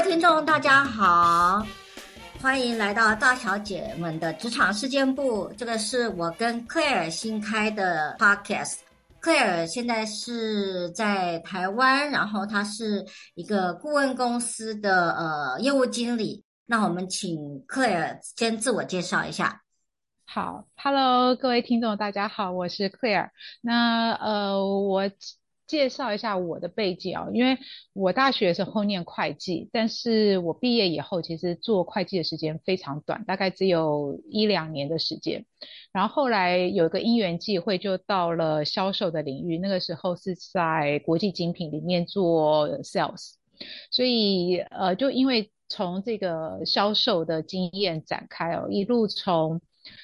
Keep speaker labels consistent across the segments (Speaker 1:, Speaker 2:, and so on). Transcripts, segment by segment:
Speaker 1: 听众大家好，欢迎来到大小姐们的职场事件部。这个是我跟 Claire 新开的 podcast。Claire 现在是在台湾，然后她是一个顾问公司的业务经理。那我们请 Claire 先自我介绍一下。
Speaker 2: 好，Hello，各位听众，大家好，我是 Claire。我介绍一下我的背景啊，因为我大学的时候念会计，但是我毕业以后其实做会计的时间非常短，大概只有1-2年的时间。然后后来有个因缘际会，就到了销售的领域，那个时候是在国际精品里面做 sales。所以就因为从这个销售的经验展开哦，一路从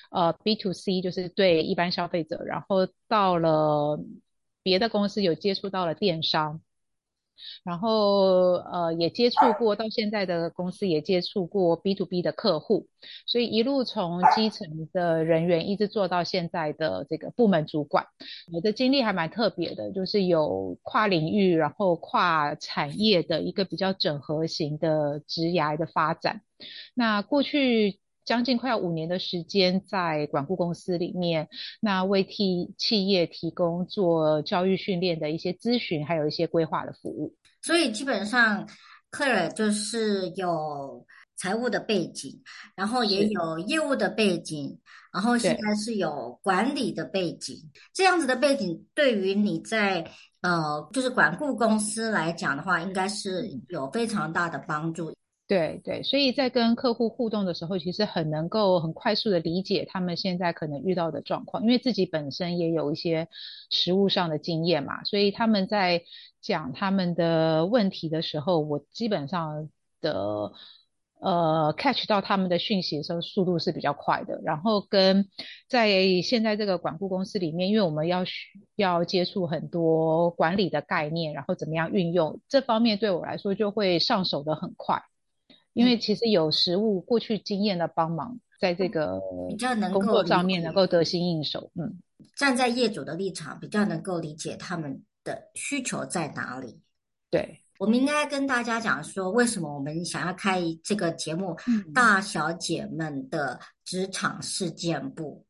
Speaker 2: B to C 就是对一般消费者，然后到了别的公司有接触到了电商，然后也接触过，到现在的公司也接触过 B to B 的客户，所以一路从基层的人员一直做到现在的这个部门主管。我的经历还蛮特别的，就是有跨领域，然后跨产业的一个比较整合型的职涯的发展。那过去将近快要5年的时间在管顾公司里面，那为替企业提供做教育训练的一些咨询，还有一些规划的服务。
Speaker 1: 所以基本上，Claire 就是有财务的背景，然后也
Speaker 2: 是，
Speaker 1: 有业务的背景，然后现
Speaker 2: 对。
Speaker 1: 在是有管理的背景。这样子的背景对于你在就是管顾公司来讲的话，应该是
Speaker 2: 嗯。
Speaker 1: 有非常大的帮助。
Speaker 2: 对对，所以在跟客户互动的时候，其实很能够很快速的理解他们现在可能遇到的状况，因为自己本身也有一些实务上的经验嘛，所以他们在讲他们的问题的时候，我基本上的catch 到他们的讯息的时候，速度是比较快的。然后跟在现在这个管顾公司里面，因为我们要接触很多管理的概念，然后怎么样运用，这方面对我来说就会上手的很快。因
Speaker 1: 嗯，
Speaker 2: 为其实有实务过去经验的帮忙，在这个
Speaker 1: 比较能
Speaker 2: 工
Speaker 1: 够
Speaker 2: 作上面能
Speaker 1: 理解，
Speaker 2: 够得心应手。嗯，
Speaker 1: 站在业主的立场，比较能够理解他们的需求在哪里。
Speaker 2: 对，
Speaker 1: 我们应该跟大家讲说，为什么我们想要开这个节目
Speaker 2: 嗯，
Speaker 1: 《大小姐们的职场事件部》。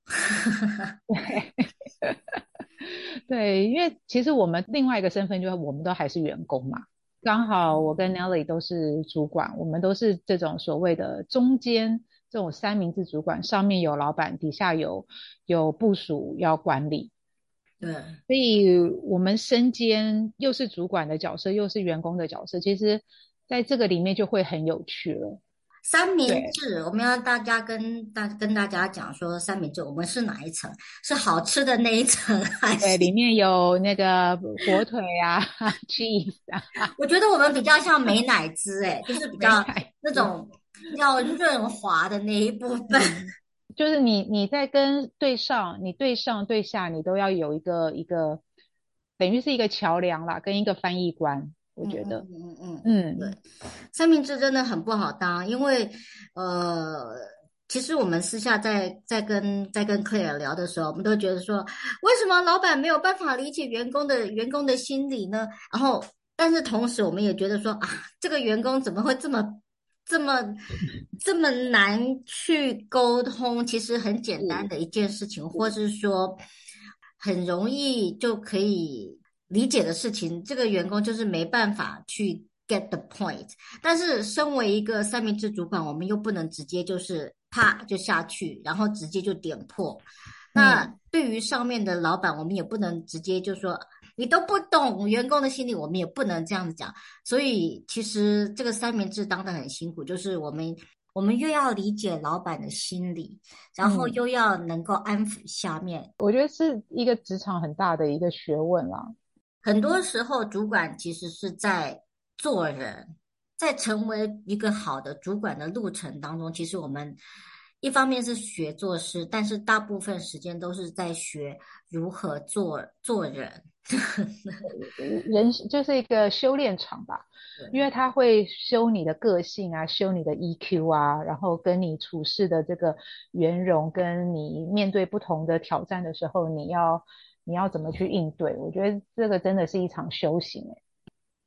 Speaker 2: 对，因为其实我们另外一个身份就是我们都还是员工嘛。刚好我跟 Nelly 都是主管，我们都是这种所谓的中间这种三明治主管，上面有老板，底下有部属要管理。
Speaker 1: 对，
Speaker 2: 所以我们身兼又是主管的角色，又是员工的角色，其实在这个里面就会很有趣了。
Speaker 1: 三明
Speaker 2: 对，
Speaker 1: 治，我们要大家跟大家讲说，三明治我们是哪一层？是好吃的那一层，还
Speaker 2: 对，
Speaker 1: 是？
Speaker 2: 里面有那个火腿啊，cheese 啊，
Speaker 1: 我觉得我们比较像美乃滋，哎，就是比
Speaker 2: 美
Speaker 1: 较
Speaker 2: 乃滋。
Speaker 1: 那种要润滑的那一部分。
Speaker 2: 嗯，就是你在跟对上，你对上对下，你都要有一个，等于是一个桥梁啦，跟一个翻译官，我觉得。
Speaker 1: 对，
Speaker 2: 嗯，
Speaker 1: 三明治真的很不好当，因为呃，其实我们私下在跟 Claire 聊的时候，我们都觉得说，为什么老板没有办法理解员工的心理呢？然后，但是同时我们也觉得说啊，这个员工怎么会这么这么难去沟通？其实很简单
Speaker 2: 是
Speaker 1: 的一件事情，或是说很容易就可以理解的事情，这个员工就是没办法去 get the point。但是身为一个三明治主管，我们又不能直接就是啪就下去，然后直接就点破。那
Speaker 2: 嗯。
Speaker 1: 对于上面的老板，我们也不能直接就说你都不懂员工的心理，我们也不能这样子讲。所以其实这个三明治当得很辛苦，就是我们又要理解老板的心理，然后
Speaker 2: 嗯，
Speaker 1: 又要能够安抚下面。
Speaker 2: 我觉得是一个职场很大的一个学问啦。
Speaker 1: 很多时候，主管其实是在做人，在成为一个好的主管的路程当中，其实我们一方面是学做事，但是大部分时间都是在学如何做人。
Speaker 2: 人就是一个修炼场吧，因为他会修你的个性啊，修你的 EQ 啊，然后跟你处事的这个圆融，跟你面对不同的挑战的时候，你要怎么去应对？我觉得这个真的是一场修行诶。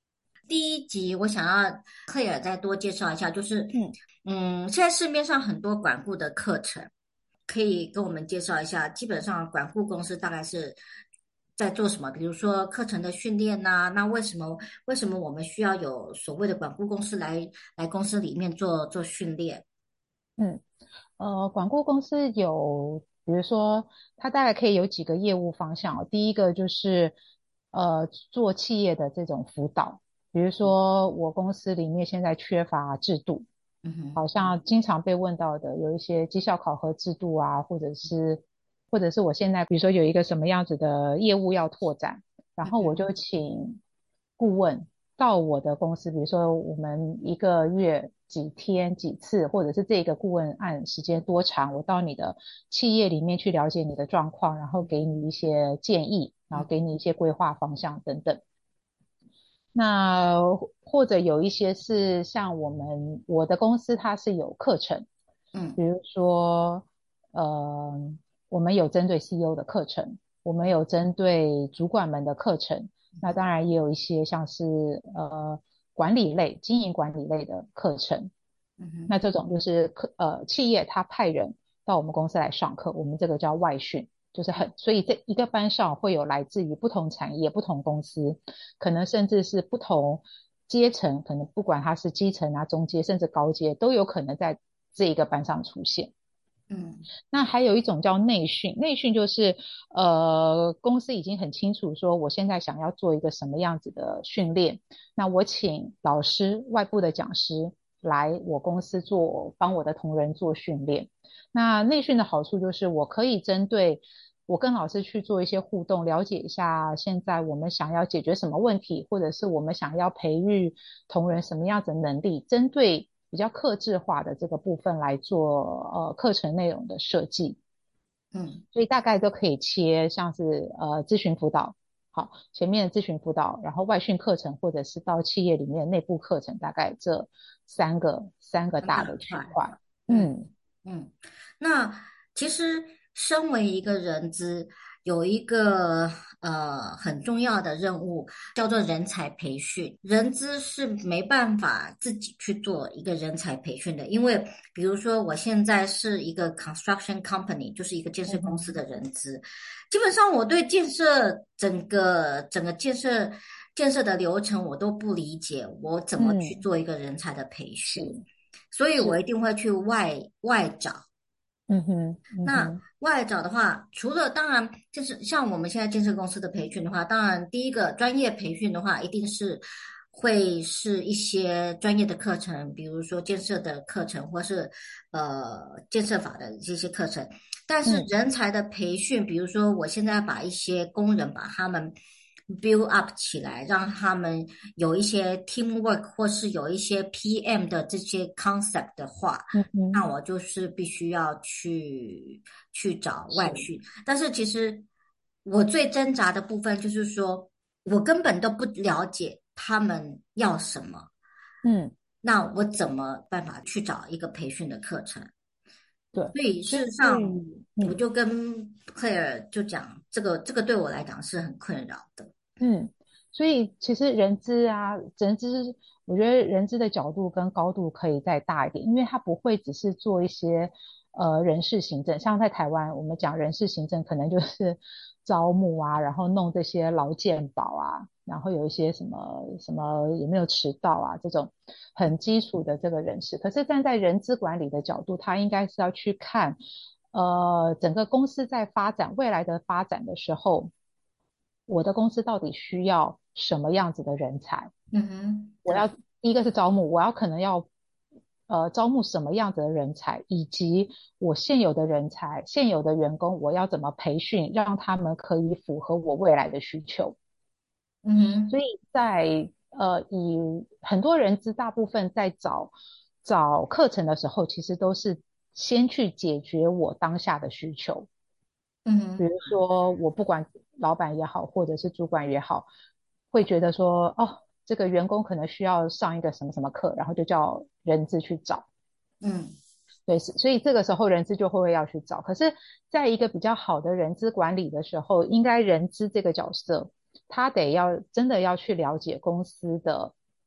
Speaker 1: 第一集我想要克尔再多介绍一下，就是
Speaker 2: 嗯。
Speaker 1: 现在市面上很多管顾的课程，可以跟我们介绍一下。基本上管顾公司大概是在做什么？比如说课程的训练呐、那为什么我们需要有所谓的管顾公司来公司里面做训练？
Speaker 2: 嗯。管顾公司有，比如说，它大概可以有几个业务方向哦。第一个就是做企业的这种辅导，比如说我公司里面现在缺乏制度，
Speaker 1: 嗯哼，
Speaker 2: 好像经常被问到的有一些绩效考核制度啊，或者是我现在比如说有一个什么样子的业务要拓展，然后我就请顾问到我的公司，比如说我们一个月几天几次，或者是这个顾问按时间多长，我到你的企业里面去了解你的状况，然后给你一些建议，然后给你一些规划方向等等。那或者有一些是像我的公司它是有课程，比
Speaker 1: 嗯
Speaker 2: 如说呃我们有针对 CEO 的课程，我们有针对主管们的课程，那当然也有一些像是管理类、经营管理类的课程。
Speaker 1: 嗯哼，
Speaker 2: 那这种就是企业他派人到我们公司来上课，我们这个叫外训，就是所以这一个班上会有来自于不同产业、不同公司，可能甚至是不同阶层，可能不管他是基层啊、中阶甚至高阶，都有可能在这一个班上出现。
Speaker 1: 嗯
Speaker 2: 那还有一种叫内训，内训就是公司已经很清楚说我现在想要做一个什么样子的训练，那我请老师外部的讲师来我公司帮我的同仁做训练。那内训的好处就是我可以针对我跟老师去做一些互动，了解一下现在我们想要解决什么问题，或者是我们想要培育同仁什么样子的能力，针对比较客制化的这个部分来做课程内容的设计。
Speaker 1: 嗯
Speaker 2: 所以大概都可以切，像是咨询辅导，好，前面的咨询辅导，然后外训课程，或者是到企业里面的内部课程，大概这三个
Speaker 1: 很大
Speaker 2: 大的区
Speaker 1: 块，
Speaker 2: 块。
Speaker 1: 嗯。
Speaker 2: 嗯
Speaker 1: 嗯，那其实身为一个人资，有一个很重要的任务，叫做人才培训。人资是没办法自己去做一个人才培训的，因为比如说我现在是一个 construction company，就是一个建设
Speaker 2: 嗯哼，
Speaker 1: 公司的人资，基本上我对建设整个建设的流程我都不理解，我怎么去
Speaker 2: 嗯，
Speaker 1: 做一个人才的培训？
Speaker 2: 是
Speaker 1: 所以我一
Speaker 2: 是，
Speaker 1: 定会去外找。
Speaker 2: 嗯哼嗯
Speaker 1: 那
Speaker 2: 哼，
Speaker 1: 外找的话，除了当然就是像我们现在建设公司的培训的话，当然第一个专业培训的话，一定是会是一些专业的课程，比如说建设的课程，或是建设法的这些课程。但是
Speaker 2: 嗯
Speaker 1: 人才的培训，比如说我现在把一些工人把他们 build up 起来，让他们有一些 teamwork 或是有一些 PM 的这些 concept 的话。
Speaker 2: 嗯哼，
Speaker 1: 那我就是必须要去找外
Speaker 2: 是，
Speaker 1: 训，但是其实我最挣扎的部分就是说，我根本都不了解他们要什么，
Speaker 2: 嗯，
Speaker 1: 那我怎么办法去找一个培训的课程？
Speaker 2: 对，
Speaker 1: 所以
Speaker 2: 所以
Speaker 1: 事实上，我
Speaker 2: 嗯。
Speaker 1: 就跟克尔就讲，这个对我来讲是很困扰的。
Speaker 2: 嗯，所以其实人资啊，人资，我觉得人资的角度跟高度可以再大一点，因为它不会只是做一些人事行政，像在台湾我们讲人事行政，可能就是招募啊，然后弄这些劳健保啊，然后有一些什么什么有没有迟到啊这种很基础的这个人事。可是站在人资管理的角度，他应该是要去看整个公司在未来的发展的时候。我的公司到底需要什么样子的人才？
Speaker 1: 嗯哼，
Speaker 2: 我要第一个是招募，我要可能要招募什么样子的人才，以及我现有的人才、现有的员工，我要怎么培训，让他们可以符合我未来的需求。
Speaker 1: 嗯哼，
Speaker 2: 所以以很多人资大部分在找课程的时候，其实都是先去解决我当下的需求。比如
Speaker 1: 嗯哼，
Speaker 2: 说，我不管老板也好，或者是主管也好，会觉得说，哦，这个员工可能需要上一个什么什么课，然后就叫人资去找。
Speaker 1: 嗯
Speaker 2: 对，所以这个时候人资就会要去找。可是，在一个比较好的人资管理的时候，应该人资这个角色，他真的要去了解公司的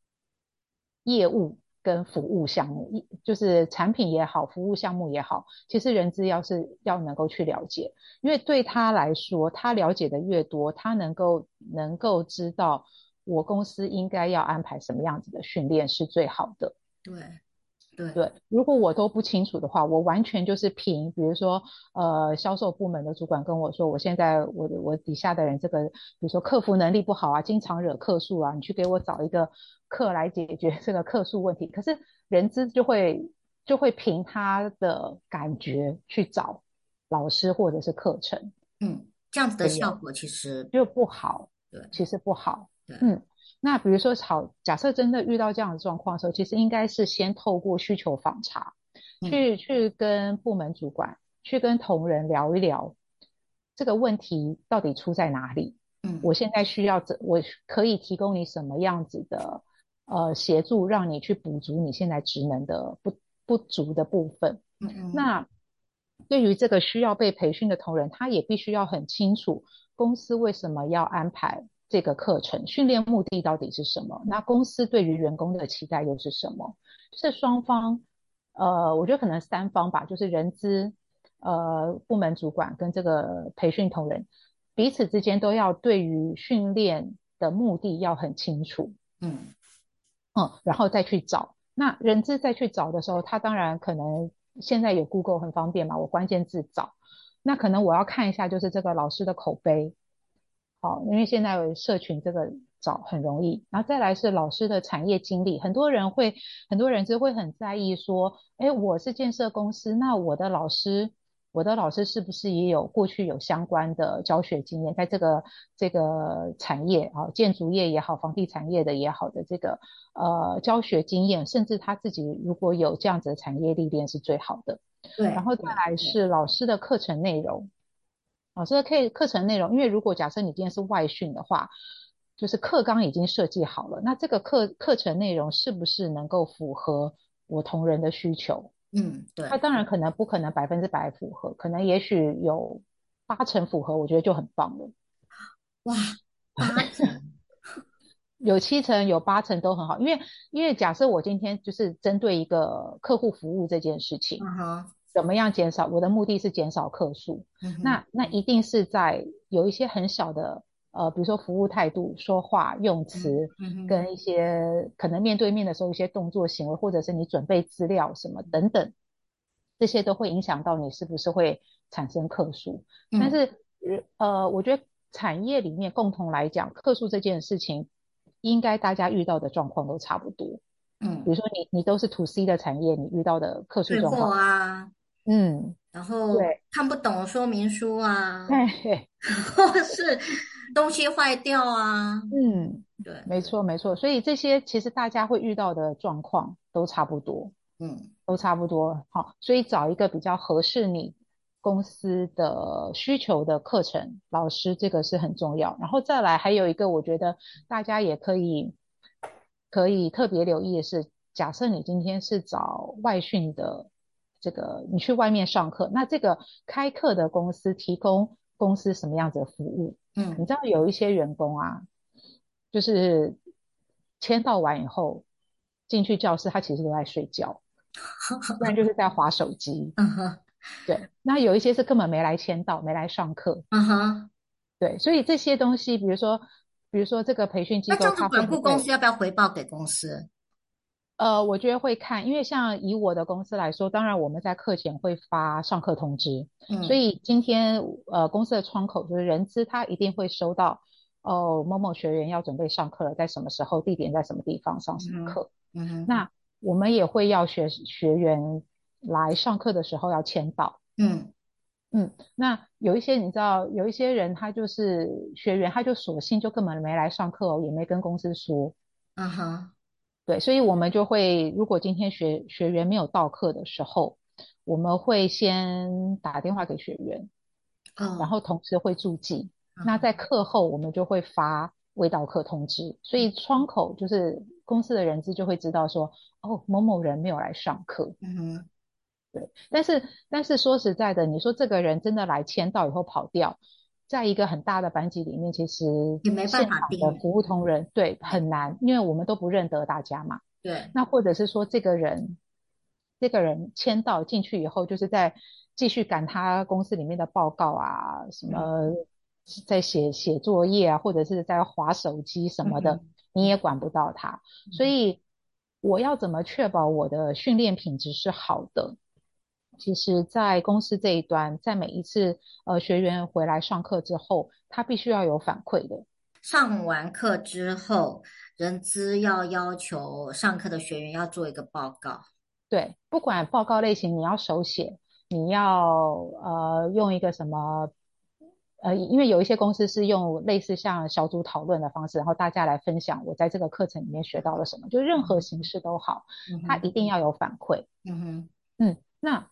Speaker 2: 业务跟服务项目，就是产品也好，服务项目也好，其实人资要能够去了解，因为对他来说，他了解的越多，他能够知道我公司应该要安排什么样子的训练是最好的。
Speaker 1: 对对，
Speaker 2: 对，如果我都不清楚的话，我完全就是凭，比如说，销售部门的主管跟我说，我现在我底下的人这个，比如说客服能力不好啊，经常惹客诉啊，你去给我找一个课来解决这个客诉问题。可是人资就会凭他的感觉去找老师或者是课程，
Speaker 1: 这样子的
Speaker 2: 对不对？
Speaker 1: 效果其实
Speaker 2: 就不好，
Speaker 1: 对
Speaker 2: 其实不好。
Speaker 1: 对，
Speaker 2: 那比如说好，假设真的遇到这样的状况的时候，其实应该是先透过需求访查，
Speaker 1: 嗯
Speaker 2: 去跟部门主管，去跟同仁聊一聊这个问题到底出在哪里。
Speaker 1: 嗯
Speaker 2: 我现在我可以提供你什么样子的协助，让你去补足你现在职能的不足的部分。
Speaker 1: 嗯嗯
Speaker 2: 那对于这个需要被培训的同仁，他也必须要很清楚公司为什么要安排这个课程，训练目的到底是什么？那公司对于员工的期待又是什么？就是双方，我觉得可能三方吧，就是人资、部门主管跟这个培训同仁，彼此之间都要对于训练的目的要很清楚。
Speaker 1: 嗯
Speaker 2: 然后再去找。那人资再去找的时候，他当然可能现在有 Google 很方便嘛，我关键字找。那可能我要看一下，就是这个老师的口碑，好，因为现在有社群这个找很容易。然后再来是老师的产业经历，很多人资会很在意说，哎，我是建设公司，那我的老师是不是也有过去有相关的教学经验，在这个产业啊，建筑业也好，房地产业的也好的这个教学经验，甚至他自己如果有这样子的产业历练是最好的。然后再
Speaker 1: 对对对，
Speaker 2: 来是老师的课程内容，老师的课程内容，因为如果假设你今天是外训的话，就是课纲已经设计好了，那这个课程内容是不是能够符合我同仁的需求？
Speaker 1: 对
Speaker 2: 那当然可能不可能100%符合，可能也许有80%符合，我觉得就很棒了。
Speaker 1: 哇，80%，
Speaker 2: 有7成、有8成都很好，因为假设我今天就是针对一个客户服务这件事情，
Speaker 1: 嗯哼
Speaker 2: 怎么样减少？我的目的是减少客数，
Speaker 1: 嗯哼
Speaker 2: 那一定是在有一些很小的比如说服务态度、说话用
Speaker 1: 嗯
Speaker 2: 词，
Speaker 1: 嗯哼
Speaker 2: 跟一些可能面对面的时候一些动作行为，或者是你准备资料什么等等，这些都会影响到你是不是会产生客数。但
Speaker 1: 嗯
Speaker 2: 是我觉得产业里面共同来讲，客诉这件事情，应该大家遇到的状况都差不多。比
Speaker 1: 嗯，
Speaker 2: 如说你都是 to C 的产业，你遇到的客诉
Speaker 1: 退货
Speaker 2: 状况，
Speaker 1: 啊，
Speaker 2: 嗯，
Speaker 1: 然后
Speaker 2: 对，
Speaker 1: 看不懂说明书啊，
Speaker 2: 对，
Speaker 1: 或是东西坏掉啊，
Speaker 2: 嗯，
Speaker 1: 对对，
Speaker 2: 没错没错，所以这些其实大家会遇到的状况都差不多。
Speaker 1: 嗯
Speaker 2: 都差不多，好，所以找一个比较合适你公司的需求的课程老师，这个是很重要。然后再来还有一个，我觉得大家也可以特别留意的是，假设你今天是找外训的，这个你去外面上课，那这个开课的公司提供公司什么样子的服务？你
Speaker 1: 嗯，
Speaker 2: 知道有一些员工啊，就是签到完以后进去教室，他其实都在睡觉。不然就是在滑手机。
Speaker 1: 嗯哼
Speaker 2: 对，那有一些是根本没来签到，没来上课。
Speaker 1: 嗯哼，
Speaker 2: 对，所以这些东西，比如说这个培训机
Speaker 1: 那这
Speaker 2: 构，它会
Speaker 1: 样子管
Speaker 2: 不会？
Speaker 1: 顾公司要不要回报给公司？
Speaker 2: 我觉得会看，因为像以我的公司来说，当然我们在课前会发上课通知，所
Speaker 1: 嗯
Speaker 2: 以今天公司的窗口就是人资，他一定会收到哦某某学员要准备上课了，在什么时候、地点在什么地方上什么
Speaker 1: 嗯
Speaker 2: 课。
Speaker 1: 嗯哼
Speaker 2: 那我们也会要学员来上课的时候要签到。
Speaker 1: 嗯
Speaker 2: 那有一些你知道，有一些人他就是学员，他就索性就根本没来上课哦，也没跟公司说。
Speaker 1: 嗯哼，
Speaker 2: 对，所以我们就会，如果今天学员没有到课的时候，我们会先打电话给学员，然
Speaker 1: 哦，
Speaker 2: 后同时会注记。那在
Speaker 1: 嗯哼
Speaker 2: 课后，我们就会发未到课通知，所以窗口就是公司的人资就会知道说，哦，某某人没有来上课。
Speaker 1: 嗯哼，
Speaker 2: 对，但是说实在的，你说这个人真的来签到以后跑掉，在一个很大的班级里面，其实
Speaker 1: 也没办
Speaker 2: 现
Speaker 1: 法定，
Speaker 2: 场的服务同仁对很难，因为我们都不认得大家嘛。
Speaker 1: 对，
Speaker 2: 那或者是说这个人签到进去以后，就是在继续赶他公司里面的报告啊，什
Speaker 1: 嗯
Speaker 2: 么在写作业啊，或者是在划手机什么的，
Speaker 1: 嗯哼
Speaker 2: 你也管不到他。所
Speaker 1: 嗯
Speaker 2: 以我要怎么确保我的训练品质是好的？其实，在公司这一端，在每一次学员回来上课之后，他必须要有反馈的。
Speaker 1: 上完课之后，人资要求上课的学员要做一个报告。
Speaker 2: 对，不管报告类型，你要手写，你要用一个什么因为有一些公司是用类似像小组讨论的方式，然后大家来分享我在这个课程里面学到了什么，就任何形式都好，它
Speaker 1: 嗯哼，
Speaker 2: 一定要有反馈。
Speaker 1: 嗯哼，
Speaker 2: 那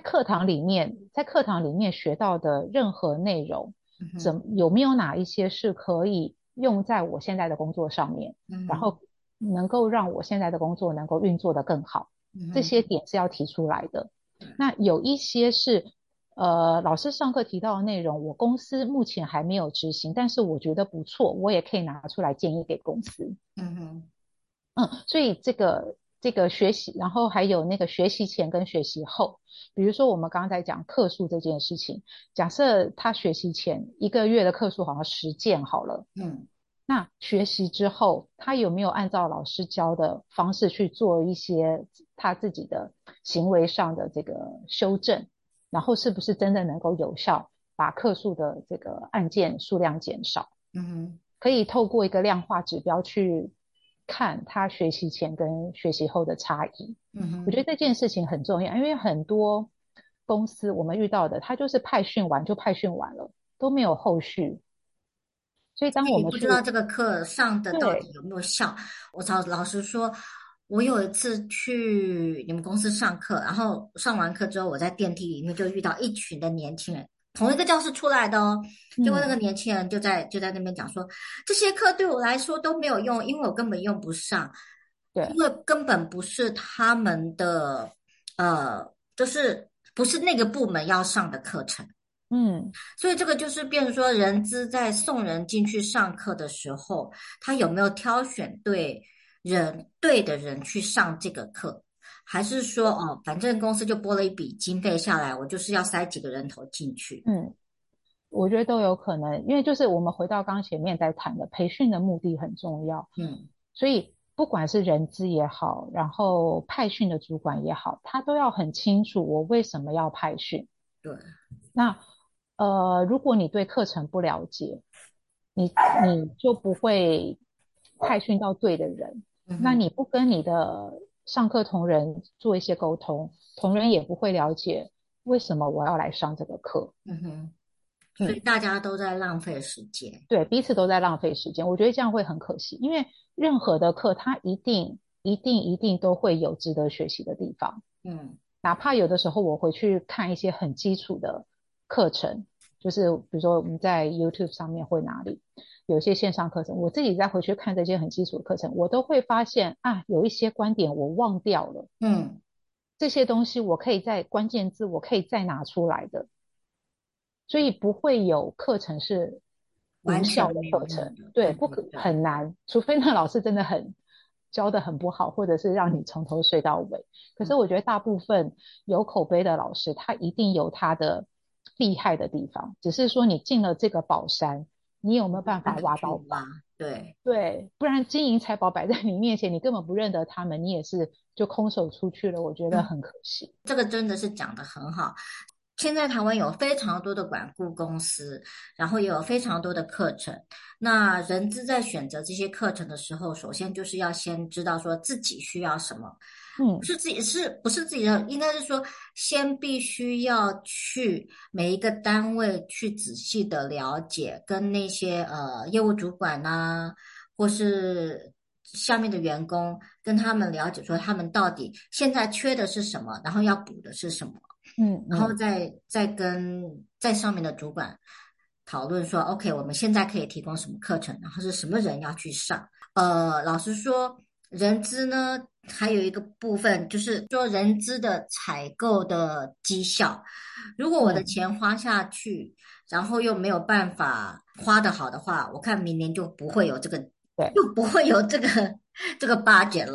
Speaker 2: 在课堂里面学到的任何内容，
Speaker 1: 嗯哼，
Speaker 2: 有没有哪一些是可以用在我现在的工作上面，
Speaker 1: 嗯哼，
Speaker 2: 然后能够让我现在的工作能够运作得更好？这
Speaker 1: 嗯哼，
Speaker 2: 些点是要提出来的。那有一些是，老师上课提到的内容，我公司目前还没有执行，但是我觉得不错，我也可以拿出来建议给公司。
Speaker 1: 嗯哼，
Speaker 2: 所以这个学习，然后还有那个学习前跟学习后，比如说我们刚刚在讲课数这件事情，假设他学习前一个月的课数好像10件好了，
Speaker 1: 嗯
Speaker 2: 那学习之后，他有没有按照老师教的方式去做一些他自己的行为上的这个修正，然后是不是真的能够有效把课数的这个案件数量减少？
Speaker 1: 嗯哼，
Speaker 2: 可以透过一个量化指标去看他学习前跟学习后的差异。
Speaker 1: 嗯哼。
Speaker 2: 我觉得这件事情很重要，因为很多公司我们遇到的，他就是派训完就派训完了，都没有后续。所以当我
Speaker 1: 你不知道
Speaker 2: 们去
Speaker 1: 这个课上的到底
Speaker 2: 对，
Speaker 1: 有没有效。老实说，我有一次去你们公司上课，然后上完课之后，我在电梯里面就遇到一群的年轻人，同一个教室出来的哦。结果那个
Speaker 2: 嗯，
Speaker 1: 年轻人就在那边讲说，这些课对我来说都没有用，因为我根本用不上，因
Speaker 2: 对，
Speaker 1: 为根本不是他们的，就是不是那个部门要上的课程。
Speaker 2: 嗯
Speaker 1: 所以这个就是变成说，人资在送人进去上课的时候，他有没有挑选对的人去上这个课，还是说哦，反正公司就拨了一笔经费下来，我就是要塞几个人头进去。
Speaker 2: 嗯，我觉得都有可能，因为就是我们回到刚前面在谈的，培训的目的很重要，
Speaker 1: 嗯，
Speaker 2: 所以不管是人资也好，然后派训的主管也好，他都要很清楚我为什么要派训。
Speaker 1: 对，
Speaker 2: 那如果你对课程不了解，你就不会派训到对的人。
Speaker 1: 嗯哼，
Speaker 2: 那你不跟你的上课同仁做一些沟通，同仁也不会了解为什么我要来上这个课。
Speaker 1: 嗯哼，所以
Speaker 2: 嗯，
Speaker 1: 大家都在浪费时间。
Speaker 2: 对，彼此都在浪费时间，我觉得这样会很可惜，因为任何的课它一定都会有值得学习的地方。
Speaker 1: 嗯
Speaker 2: 哪怕有的时候我回去看一些很基础的课程，就是比如说我们在 YouTube 上面或哪里有一些线上课程，我自己再回去看这些很基础的课程，我都会发现啊，有一些观点我忘掉了，
Speaker 1: 嗯，
Speaker 2: 这些东西我可以在关键字我可以再拿出来的，所以不会有课程是无
Speaker 1: 完全
Speaker 2: 效的
Speaker 1: 没有
Speaker 2: 课程，
Speaker 1: 用的。
Speaker 2: 对，
Speaker 1: 对
Speaker 2: 不可
Speaker 1: 对对，
Speaker 2: 很难，除非那老师真的教的很不好，或者是让你从头睡到尾。可
Speaker 1: 嗯，
Speaker 2: 是我觉得大部分有口碑的老师，他一定有他的厉害的地方，只是说你进了这个宝山，你有没有办法
Speaker 1: 办法
Speaker 2: 挖
Speaker 1: 去挖。
Speaker 2: 到宝？
Speaker 1: 对。
Speaker 2: 对，不然金银财宝摆在你面前，你根本不认得他们，你也是就空手出去了，我觉得很可惜。
Speaker 1: 这个真的是讲得很好。现在台湾有非常多的管顾公司，然后也有非常多的课程。那人资在选择这些课程的时候，首先就是要先知道说自己需要什么，
Speaker 2: 嗯
Speaker 1: 不是自己的，应该是说先必须要去每一个单位去仔细的了解，跟那些业务主管呐、或是下面的员工，跟他们了解说他们到底现在缺的是什么，然后要补的是什么。然后
Speaker 2: 嗯嗯
Speaker 1: 再跟在上面的主管讨论说，OK，我们现在可以提供什么课程，然后是什么人要去上。老实说，人资呢还有一个部分就是说人资的采购的绩效，如果我的
Speaker 2: 嗯，
Speaker 1: 钱花下去，然后又没有办法花得好的话，我看明年就不会有这个，
Speaker 2: 对。
Speaker 1: 就不会有这个这个 budget 了。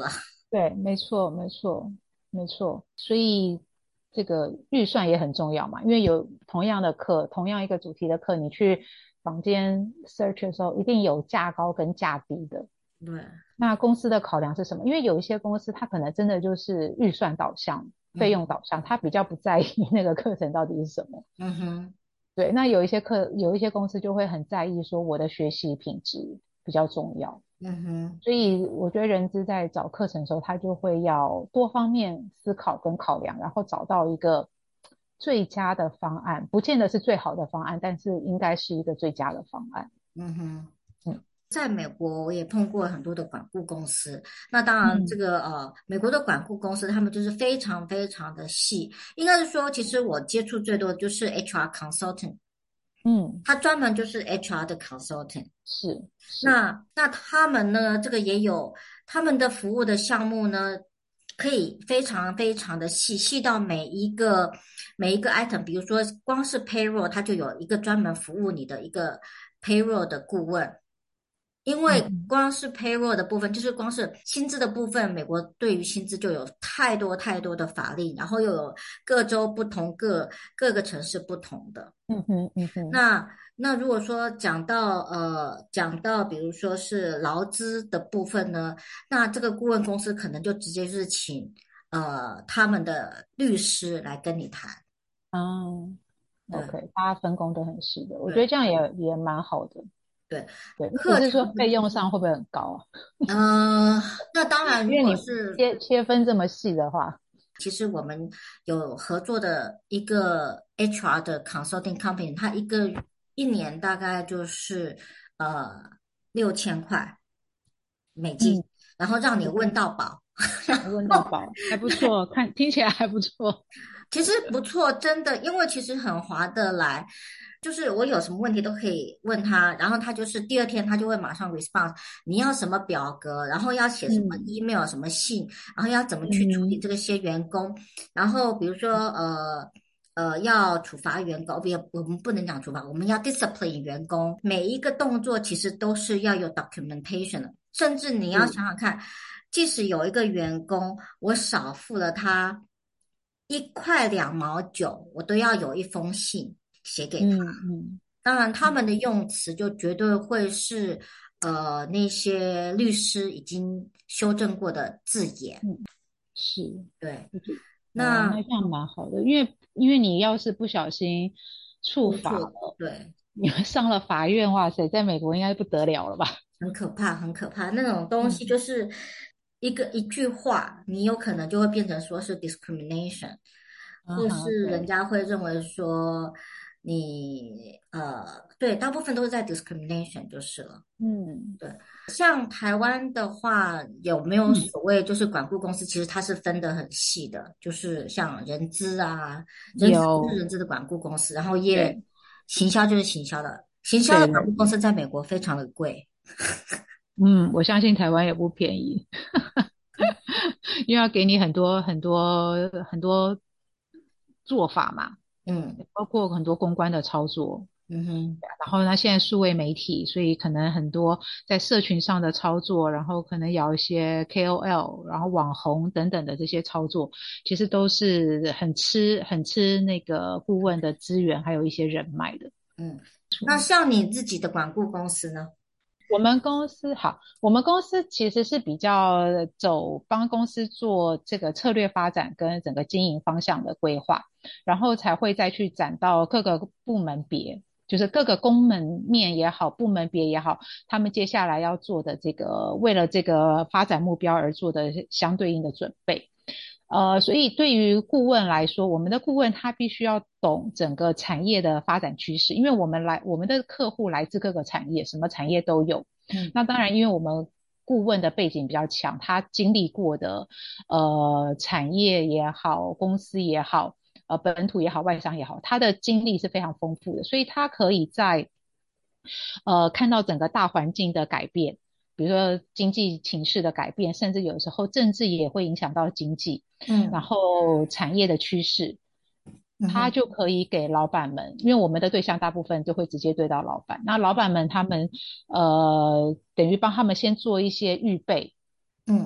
Speaker 2: 对，没错，没错，没错。所以这个预算也很重要嘛，因为有同样的课，同样一个主题的课，你去房间 search 的时候，一定有价高跟价低的。
Speaker 1: 对，
Speaker 2: 那公司的考量是什么？因为有一些公司它可能真的就是预算导向、费用
Speaker 1: 嗯哼，
Speaker 2: 导向，它比较不在意那个课程到底是什么。
Speaker 1: 嗯哼，
Speaker 2: 对，那有一些公司就会很在意说我的学习品质比较重要。
Speaker 1: 嗯哼。
Speaker 2: 所以我觉得人资在找课程的时候，他就会要多方面思考跟考量，然后找到一个最佳的方案，不见得是最好的方案，但是应该是一个最佳的方案。
Speaker 1: 嗯哼，
Speaker 2: 嗯
Speaker 1: 在美国我也碰过很多的管顾公司。那当然，这
Speaker 2: 嗯
Speaker 1: 个美国的管顾公司他们就是非常非常的细。应该是说，其实我接触最多的就是 HR consultant，
Speaker 2: 嗯，
Speaker 1: 他专门就是 HR 的 consultant。
Speaker 2: 是是，
Speaker 1: 那他们呢，这个也有他们的服务的项目呢，可以非常非常的细，细到每一个 item。比如说，光是 payroll，它就有一个专门服务你的一个 payroll 的顾问。因为
Speaker 2: 嗯嗯
Speaker 1: 光是 payroll 的部分，就是光是薪资的部分，美国对于薪资就有太多太多的法令，然后又有各州不同，各个城市不同的。
Speaker 2: 嗯哼嗯哼
Speaker 1: 那如果说讲到比如说是劳资的部分呢，那这个顾问公司可能就直接是请他们的律师来跟你谈。
Speaker 2: 啊
Speaker 1: 对
Speaker 2: ，OK，大家分工都很细的，我觉得
Speaker 1: 对
Speaker 2: 这样也蛮好的。
Speaker 1: 对，
Speaker 2: 对，只
Speaker 1: 课
Speaker 2: 是说费
Speaker 1: 程
Speaker 2: 用上会不会很高啊？
Speaker 1: 那当然，如
Speaker 2: 因为你
Speaker 1: 果是
Speaker 2: 切分这么细的话，
Speaker 1: 其实我们有合作的一个 HR 的 consulting company，它一年大概就是呃6000块美金，
Speaker 2: 嗯，
Speaker 1: 然后让你
Speaker 2: 是
Speaker 1: 问到饱。
Speaker 2: 问到饱，还不错，听起来还不错。
Speaker 1: 其实不错，真的，因为其实很划得来。就是我有什么问题都可以问他，然后他就是第二天他就会马上 response，你要什么表格，然后要写什么
Speaker 2: 嗯
Speaker 1: email 什么信，然后要怎么去处理
Speaker 2: 嗯
Speaker 1: 这些员工，然后比如说要处罚员工，不要我们不能讲处罚，我们要 discipline 员工，每一个动作其实都是要有 documentation 的，甚至你要
Speaker 2: 是，
Speaker 1: 想想看，即使有一个员工我少付了他1块2毛9，我都要有一封信写给他。
Speaker 2: 嗯
Speaker 1: 当然，他们的用词就绝对会是那些律师已经修正过的字眼。
Speaker 2: 嗯，是，
Speaker 1: 对，
Speaker 2: 我觉得哦，那
Speaker 1: 那
Speaker 2: 这样蛮好的，因为你要是不小心触
Speaker 1: 误触，
Speaker 2: 法了，
Speaker 1: 对，
Speaker 2: 你们上了法院，哇塞，在美国应该不得了了吧？
Speaker 1: 很可怕，很可怕。那种东西
Speaker 2: 嗯
Speaker 1: 就是一句话，你有可能就会变成说是 discrimination，或
Speaker 2: 啊哈，
Speaker 1: 是人
Speaker 2: 对，
Speaker 1: 家会认为说你对，大部分都是在 discrimination 就是了。
Speaker 2: 嗯
Speaker 1: 对，像台湾的话，有没有
Speaker 2: 嗯，
Speaker 1: 所谓就是管顾公司？其实它是分得很细的，就是像人资啊，人资就是
Speaker 2: 有，
Speaker 1: 人资的管顾公司，然后
Speaker 2: 对
Speaker 1: 行销就是行销的，行销的
Speaker 2: 对对，
Speaker 1: 管顾公司在美国非常的贵。
Speaker 2: 嗯，我相信台湾也不便宜。因为要给你很多很多很多做法嘛，
Speaker 1: 嗯
Speaker 2: 包括很多公关的操作。
Speaker 1: 嗯哼
Speaker 2: 然后呢，现在数位媒体，所以可能很多在社群上的操作，然后可能有一些 KOL，然后网红等等的这些操作，其实都是很吃那个顾问的资源，还有一些人脉的。
Speaker 1: 嗯，那像你自己的管顾公司呢？
Speaker 2: 我们公司其实是比较帮公司做这个策略发展跟整个经营方向的规划，然后才会再去展到各个部门别，就是各个功能面也好，部门别也好，他们接下来要做的这个为了这个发展目标而做的相对应的准备。所以对于顾问来说，我们的顾问他必须要懂整个产业的发展趋势，因为我们的客户来自各个产业，什么产业都有。
Speaker 1: 嗯
Speaker 2: 那当然，因为我们顾问的背景比较强，他经历过的产业也好，公司也好，本土也好，外商也好，他的经历是非常丰富的，所以他可以在看到整个大环境的改变。比如说经济情势的改变，甚至有时候政治也会影响到经济，然
Speaker 1: 嗯
Speaker 2: 后产业的趋势，
Speaker 1: 嗯哼
Speaker 2: 他就可以给老板们，因为我们的对象大部分就会直接对到老板，那老板们他们等于帮他们先做一些预备，
Speaker 1: 嗯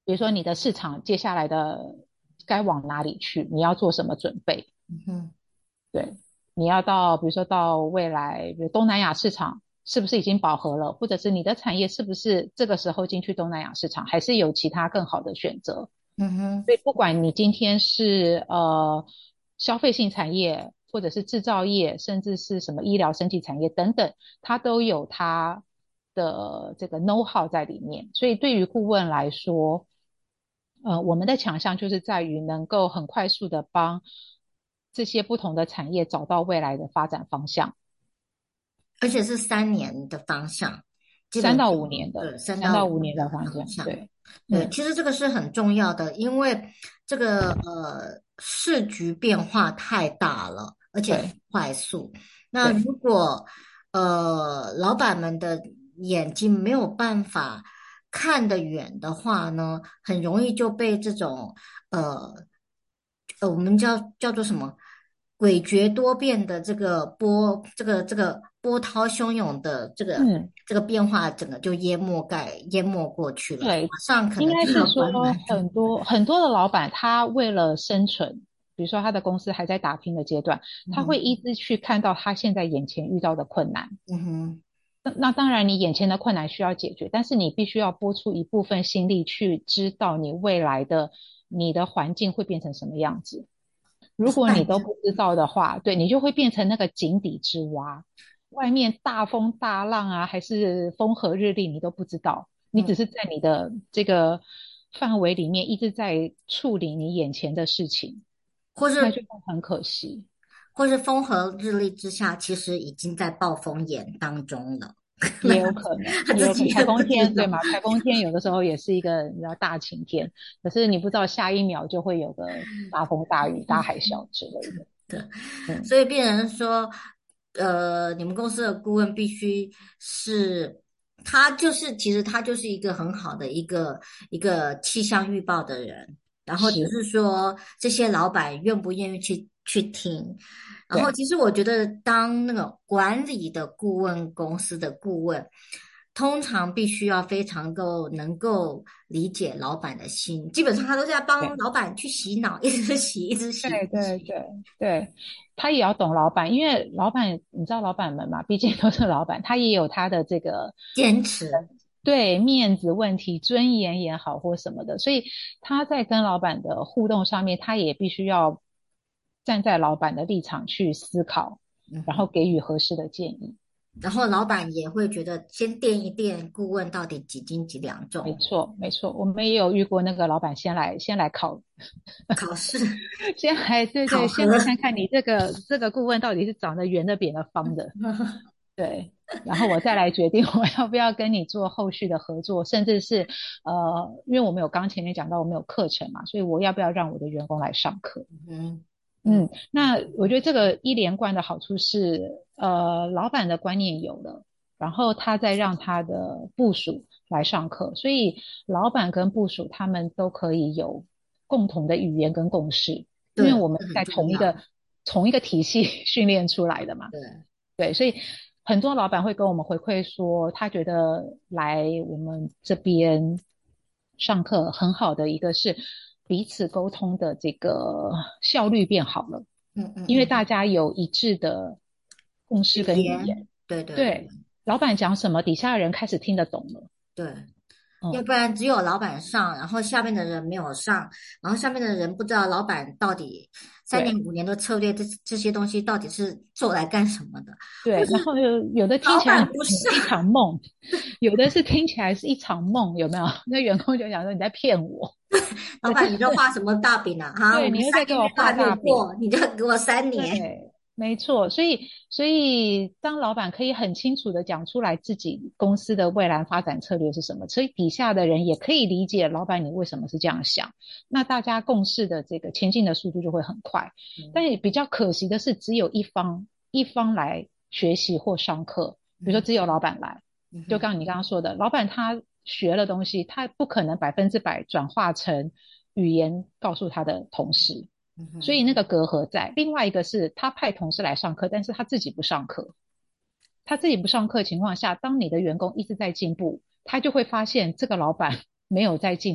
Speaker 2: 比如说你的市场接下来的该往哪里去，你要做什么准备？
Speaker 1: 嗯哼。
Speaker 2: 对，你要到，比如说到未来，比如东南亚市场是不是已经饱和了，或者是你的产业是不是这个时候进去东南亚市场，还是有其他更好的选择？
Speaker 1: 嗯哼。
Speaker 2: 所以不管你今天是消费性产业，或者是制造业，甚至是什么医疗生技产业等等，它都有它的这个 know how 在里面。所以对于顾问来说，我们的强项就是在于能够很快速的帮这些不同的产业找到未来的发展方向，
Speaker 1: 而且是3年的方向，基本上
Speaker 2: 3到5年的，
Speaker 1: 对三
Speaker 2: 三
Speaker 1: 到五年的
Speaker 2: 到五年的方向，
Speaker 1: 方向。
Speaker 2: 对，
Speaker 1: 对，
Speaker 2: 嗯，
Speaker 1: 其实这个是很重要的，因为这个市局变化太大了，而且很
Speaker 2: 对
Speaker 1: 快速。那
Speaker 2: 对，
Speaker 1: 如果老板们的眼睛没有办法看得远的话呢，很容易就被这种呃我们叫做什么诡谲多变的这个波涛汹涌的
Speaker 2: 嗯。
Speaker 1: 这个变化，整个就淹没过去了，
Speaker 2: 对，
Speaker 1: 马上可
Speaker 2: 应
Speaker 1: 能就要
Speaker 2: 该是说
Speaker 1: 关门。
Speaker 2: 很多的老板，他为了生存，比如说他的公司还在打拼的阶段，他会
Speaker 1: 嗯哼。
Speaker 2: 一直去看到他现在眼前遇到的困难。
Speaker 1: 嗯哼。
Speaker 2: 那当然，你眼前的困难需要解决，但是你必须要拨出一部分心力去知道你未来的你的环境会变成什么样子。如果你都
Speaker 1: 反正
Speaker 2: 不知道的话，对，你就会变成那个井底之蛙，外面大风大浪啊，还是风和日丽，你都不知道，你只
Speaker 1: 嗯，
Speaker 2: 是在你的这个范围里面一直在处理你眼前的事情，那就
Speaker 1: 或是
Speaker 2: 会很可惜。
Speaker 1: 风和日丽之下，其实已经在暴风眼当中了，那
Speaker 2: 也有可能，
Speaker 1: 他自
Speaker 2: 也有可能台
Speaker 1: 己也不知
Speaker 2: 风天，对
Speaker 1: 道。
Speaker 2: 吗？台风天有的时候也是一个你知道大晴天，可是你不知道下一秒就会有个大风大雨、大海啸之类的。
Speaker 1: 对，
Speaker 2: 嗯，
Speaker 1: 所以变成说，你们公司的顾问必须是，他就是其实他就是一个很好的一个气象预报的人，然后只
Speaker 2: 是，
Speaker 1: 是说这些老板愿不愿意去听。然后
Speaker 2: 对
Speaker 1: 其实我觉得，当那个管理的顾问公司的顾问，通常必须要非常能够理解老板的心，基本上他都在帮
Speaker 2: 对。
Speaker 1: 老板去洗脑，一直洗，一直洗，一
Speaker 2: 对
Speaker 1: 直洗。
Speaker 2: 对对对，他也要懂老板，因为老板，你知道老板们嘛，毕竟都是老板，他也有他的这个，
Speaker 1: 坚持。
Speaker 2: 对，面子问题、尊严也好或什么的，所以他在跟老板的互动上面，他也必须要站在老板的立场去思考，然后
Speaker 1: 嗯哼。
Speaker 2: 给予合适的建议。
Speaker 1: 然后老板也会觉得先掂一掂顾问到底几斤几两重。
Speaker 2: 没错，没错，我们也有遇过那个老板先来考，
Speaker 1: 考试
Speaker 2: 先来，对对，
Speaker 1: 考核。
Speaker 2: 先来看看你这个顾问到底是长得圆的、扁的、方的。对，然后我再来决定我要不要跟你做后续的合作，甚至是因为我们有刚前面讲到我们有课程嘛，所以我要不要让我的员工来上课？
Speaker 1: 嗯嗯
Speaker 2: 嗯，那我觉得这个一连贯的好处是，老板的观念有了，然后他再让他的部属来上课，所以老板跟部属他们都可以有共同的语言跟共识，因为
Speaker 1: 对，
Speaker 2: 我们
Speaker 1: 这很
Speaker 2: 在
Speaker 1: 重要。
Speaker 2: 同一个体系训练出来的嘛。
Speaker 1: 对。
Speaker 2: 对，所以很多老板会跟我们回馈说，他觉得来我们这边上课很好的一个是彼此沟通的这个效率变好了，因为大
Speaker 1: 嗯嗯嗯。
Speaker 2: 家有一致的共识
Speaker 1: 语
Speaker 2: 跟语言，
Speaker 1: 言。对对对
Speaker 2: 对，老板讲什么，底下的人开始听得懂了，
Speaker 1: 对。要
Speaker 2: 嗯，
Speaker 1: 不然只有老板上，然后下面的人没有上，然后下面的人不知道老板到底3年
Speaker 2: 对。
Speaker 1: 5年的策略这些东西到底是做来干什么的，或
Speaker 2: 对，
Speaker 1: 是
Speaker 2: 然后有的听
Speaker 1: 老
Speaker 2: 起来很
Speaker 1: 板不上。
Speaker 2: 一场梦，有的是听起来是一场梦，有没有？那员工就想说你在骗我，可是
Speaker 1: 老板，你在画什么大饼啊？哈，我
Speaker 2: 对，
Speaker 1: 们
Speaker 2: 你又在给我画
Speaker 1: 3个月都还没有
Speaker 2: 大饼，
Speaker 1: 过，你就要给我3年。
Speaker 2: 对，没错，所以当老板可以很清楚的讲出来自己公司的未来发展策略是什么，所以底下的人也可以理解老板你为什么是这样想，那大家共事的这个前进的速度就会很快。但
Speaker 1: 嗯
Speaker 2: 也比较可惜的是，只有一方来学习或上课，比如说
Speaker 1: 嗯
Speaker 2: 只有老板来，
Speaker 1: 嗯哼。
Speaker 2: 就刚你刚刚说的，老板他学了东西，他不可能100%转化成语言告诉他的同事。
Speaker 1: 嗯哼。
Speaker 2: 所以那个隔阂在。另外一个是他派同事来上课，但是他自己不上课。他自己不上课的情况下，当你的员工一直在进步，他就会发现这个老板没有在进步。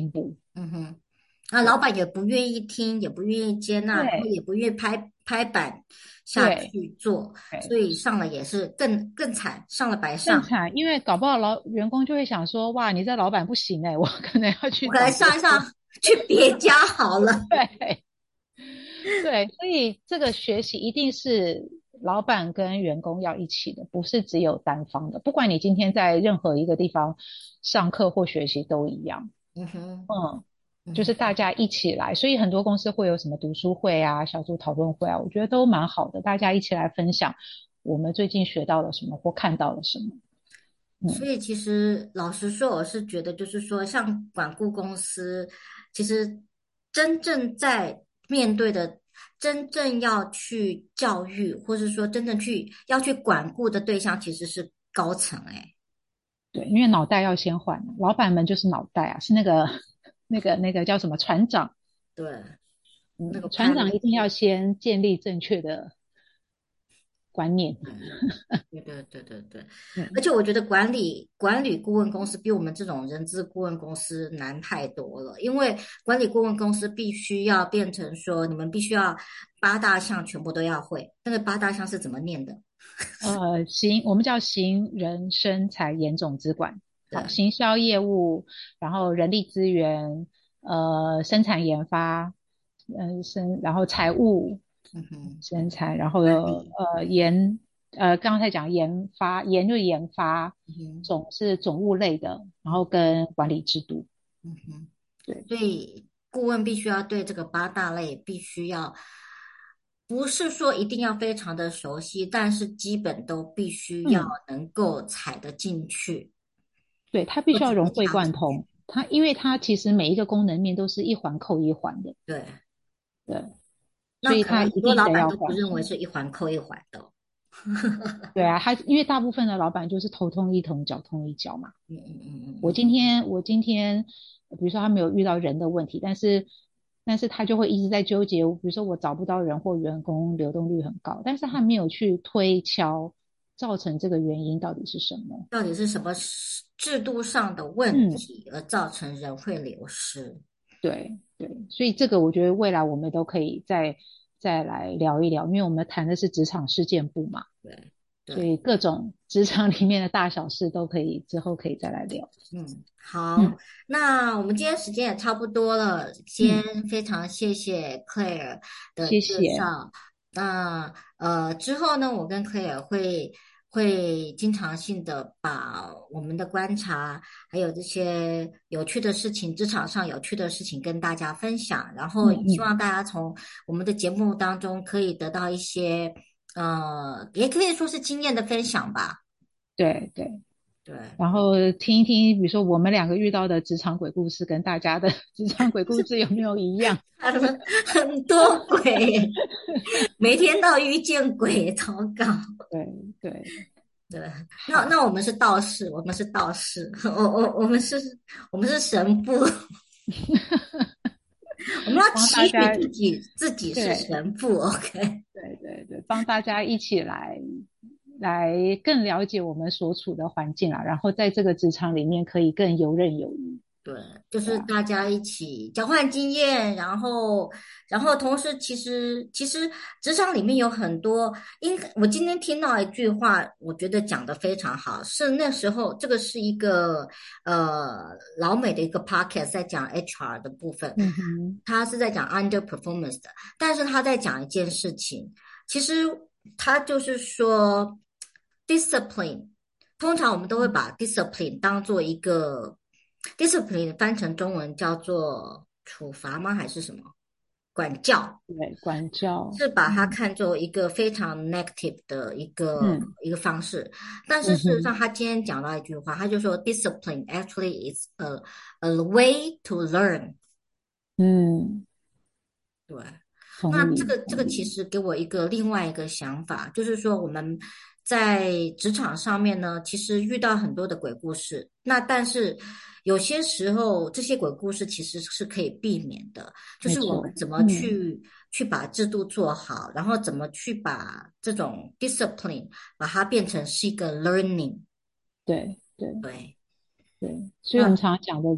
Speaker 1: 嗯哼，那老板也不愿意听，也不愿意接纳，然后
Speaker 2: 对
Speaker 1: 也不愿意拍板下
Speaker 2: 对
Speaker 1: 去做，
Speaker 2: 对，
Speaker 1: 所以上了也是更惨，上了白上。
Speaker 2: 更惨，因为搞不好员工就会想说，哇，你这老板不行哎，我可能要去
Speaker 1: 我来
Speaker 2: 找别的。
Speaker 1: 上一上，去别家好了。
Speaker 2: 对对，所以这个学习一定是老板跟员工要一起的，不是只有单方的。不管你今天在任何一个地方上课或学习都一样，
Speaker 1: 嗯哼，
Speaker 2: 嗯，就是
Speaker 1: 嗯哼，
Speaker 2: 大家一起来。所以很多公司会有什么读书会啊、小组讨论会啊，我觉得都蛮好的，大家一起来分享我们最近学到了什么或看到了什么。嗯
Speaker 1: 所以其实老实说，我是觉得就是说，像管顾公司，其实真正在面对的。真正要去教育，或是说真正要去管顾的对象，其实是高层。哎，
Speaker 2: 对，因为脑袋要先换，老板们就是脑袋啊，是那个那个叫什么船长。
Speaker 1: 对，那个
Speaker 2: 嗯，船长
Speaker 1: pilot。
Speaker 2: 一定要先建立正确的观念。
Speaker 1: 对对对对对，而
Speaker 2: 嗯
Speaker 1: 且我觉得管理顾问公司比我们这种人资顾问公司难太多了，因为管理顾问公司必须要变成说，你们必须要八大项全部都要会。那个八大项是怎么念的？
Speaker 2: 我们叫行人生财研总资管。好，
Speaker 1: 对，
Speaker 2: 行销业务，然后人力资源，生产研发，然后财务，
Speaker 1: 嗯哼，
Speaker 2: 生产，然后
Speaker 1: 管理，
Speaker 2: 刚才讲研发，研就是研发，
Speaker 1: 嗯哼，
Speaker 2: 总是总务类的，然后跟管理制度。
Speaker 1: 嗯哼，
Speaker 2: 对，
Speaker 1: 所以顾问必须要对这个八大类必须要，不是说一定要非常的熟悉，但是基本都必须要
Speaker 2: 嗯。
Speaker 1: 能够踩得进去。
Speaker 2: 对，它必须要
Speaker 1: 不怎么
Speaker 2: 融会
Speaker 1: 插进去。
Speaker 2: 贯通。因为它其实每一个功能面都是一环扣一环的，
Speaker 1: 对，
Speaker 2: 对，所
Speaker 1: 那
Speaker 2: 以
Speaker 1: 可能很多
Speaker 2: 它一定
Speaker 1: 老板都不
Speaker 2: 得要贯通。
Speaker 1: 认为是一环扣一环的哦。
Speaker 2: 对啊，因为大部分的老板就是头痛医头，脚痛医脚嘛。
Speaker 1: 嗯嗯嗯嗯
Speaker 2: 我
Speaker 1: 嗯，
Speaker 2: 今天我今天，比如说他没有遇到人的问题，但是他就会一直在纠结，比如说我找不到人或员工流动率很高，但是他没有去推敲造成这个原因到底是什么。
Speaker 1: 到底是什么制度上的问
Speaker 2: 嗯。
Speaker 1: 题而造成人会流失？
Speaker 2: 对对，所以这个我觉得未来我们都可以再来聊一聊，因为我们谈的是职场事件部嘛，
Speaker 1: 对对，
Speaker 2: 所以各种职场里面的大小事都可以之后可以再来聊。
Speaker 1: 嗯，好，
Speaker 2: 嗯
Speaker 1: 那我们今天时间也差不多了，先
Speaker 2: 嗯，
Speaker 1: 非常谢谢 Claire 的介
Speaker 2: 谢谢。
Speaker 1: 绍。那之后呢，我跟 Claire 会经常性的把我们的观察，还有这些有趣的事情，职场上有趣的事情跟大家分享，然后也希
Speaker 2: 嗯嗯，
Speaker 1: 望大家从我们的节目当中可以得到一些也可以说是经验的分享吧。
Speaker 2: 对对，
Speaker 1: 对。
Speaker 2: 然后听一听，比如说我们两个遇到的职场鬼故事，跟大家的职场鬼故事有没有一样？
Speaker 1: 看了很多鬼，每天都遇见鬼，糟糕。
Speaker 2: 对对，
Speaker 1: 对，那
Speaker 2: 好，
Speaker 1: 我们是道士，我们是道士，我们是神父，我们要
Speaker 2: 帮
Speaker 1: 期许
Speaker 2: 大家，
Speaker 1: 自己是
Speaker 2: 对。
Speaker 1: 神父，OK？
Speaker 2: 对对对，帮大家一起来更了解我们所处的环境啊，然后在这个职场里面可以更游刃有余。
Speaker 1: 对，就是
Speaker 2: 对啊，
Speaker 1: 大家一起交换经验，然后同时其实职场里面有很多，我今天听到一句话，我觉得讲得非常好，是那时候这个是一个老美的一个 podcast 在讲 HR 的部分，
Speaker 2: 嗯哼，
Speaker 1: 他是在讲 underperformance 的，但是他在讲一件事情，其实他就是说 discipline。通常我们都会把 discipline 当做一个 discipline 翻成中文叫做处罚吗？还是什么？管教，
Speaker 2: 对，管教，
Speaker 1: 是把它
Speaker 2: 嗯
Speaker 1: 看作一个非常 negative 的一个
Speaker 2: 嗯
Speaker 1: 一个方式。但是
Speaker 2: 嗯哼，
Speaker 1: 事实上，他今天讲到一句话，他就说 discipline actually is a way to learn。
Speaker 2: 嗯，
Speaker 1: 对，那这
Speaker 2: 同意
Speaker 1: 个这个其
Speaker 2: 同意，
Speaker 1: 实给我另外一个想法，就是说我们在职场上面呢，其实遇到很多的鬼故事，那但是有些时候这些鬼故事其实是可以避免的，就是我们
Speaker 2: 没错，
Speaker 1: 怎么
Speaker 2: 嗯，
Speaker 1: 去把制度做好，然后怎么去把这种 discipline 把它变成是一个 learning。
Speaker 2: 对对。
Speaker 1: 对，
Speaker 2: 对，所以我们
Speaker 1: 那
Speaker 2: 常常讲的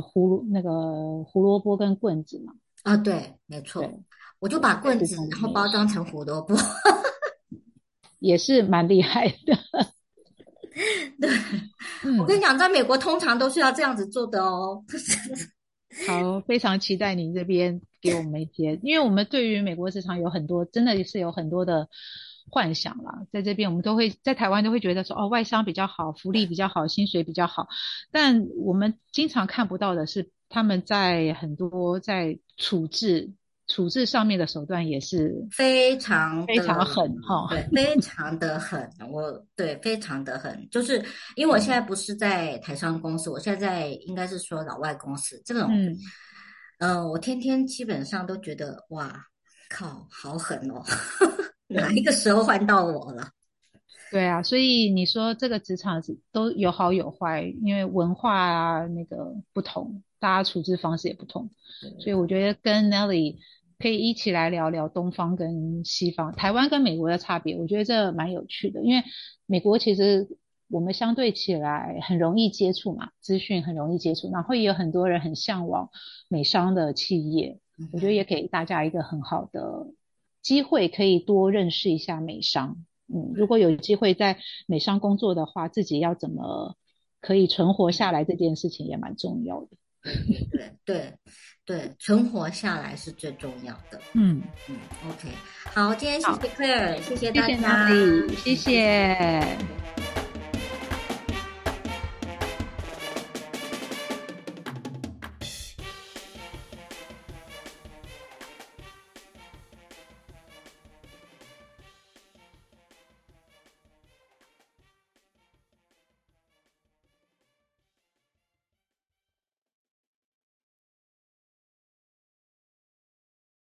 Speaker 2: 那个胡萝卜跟棍子嘛，
Speaker 1: 啊，对，没
Speaker 2: 对
Speaker 1: 错，我就
Speaker 2: 对，
Speaker 1: 把棍子
Speaker 2: 在职场里
Speaker 1: 然后包
Speaker 2: 面也是，
Speaker 1: 装成胡萝卜。
Speaker 2: 也是蛮厉害的。
Speaker 1: 对，我跟你
Speaker 2: 嗯，
Speaker 1: 讲，在美国通常都是要这样子做的哦。
Speaker 2: 好，非常期待您这边给我们一些，因为我们对于美国职场有很多，真的是有很多的幻想啦。在这边，我们都会在台湾都会觉得说，哦，外商比较好，福利比较好，薪水比较好，但我们经常看不到的是，他们在很多在处置上面的手段也是
Speaker 1: 非常
Speaker 2: 非常
Speaker 1: 的，
Speaker 2: 狠哈。
Speaker 1: 对，非常的狠，对非常的狠，就是因为我现在不是在台商公司，我现在应该是说老外公司这种，
Speaker 2: 嗯。
Speaker 1: 我天天基本上都觉得哇靠，好狠哦，哪一
Speaker 2: 对。
Speaker 1: 个时候换到我了？
Speaker 2: 对啊，所以你说这个职场都有好有坏，因为文化啊那个不同，大家处置方式也不同，所以我觉得跟 Nelly 可以一起来聊聊东方跟西方，台湾跟美国的差别，我觉得这蛮有趣的，因为美国其实我们相对起来很容易接触嘛，资讯很容易接触，然后也有很多人很向往美商的企业，我觉得也
Speaker 1: 嗯哼，
Speaker 2: 给大家一个很好的机会，可以多认识一下美商。如果有机会在美商工作的话，自己要怎么可以存活下来这件事情也蛮重要的。
Speaker 1: 对对对对对，存活下来是最重要的。
Speaker 2: 嗯，
Speaker 1: OK，好，今天谢谢
Speaker 2: 好，
Speaker 1: Claire，谢谢
Speaker 2: 谢谢
Speaker 1: 大家，
Speaker 2: Natalie，谢
Speaker 1: 谢谢。
Speaker 2: 谢。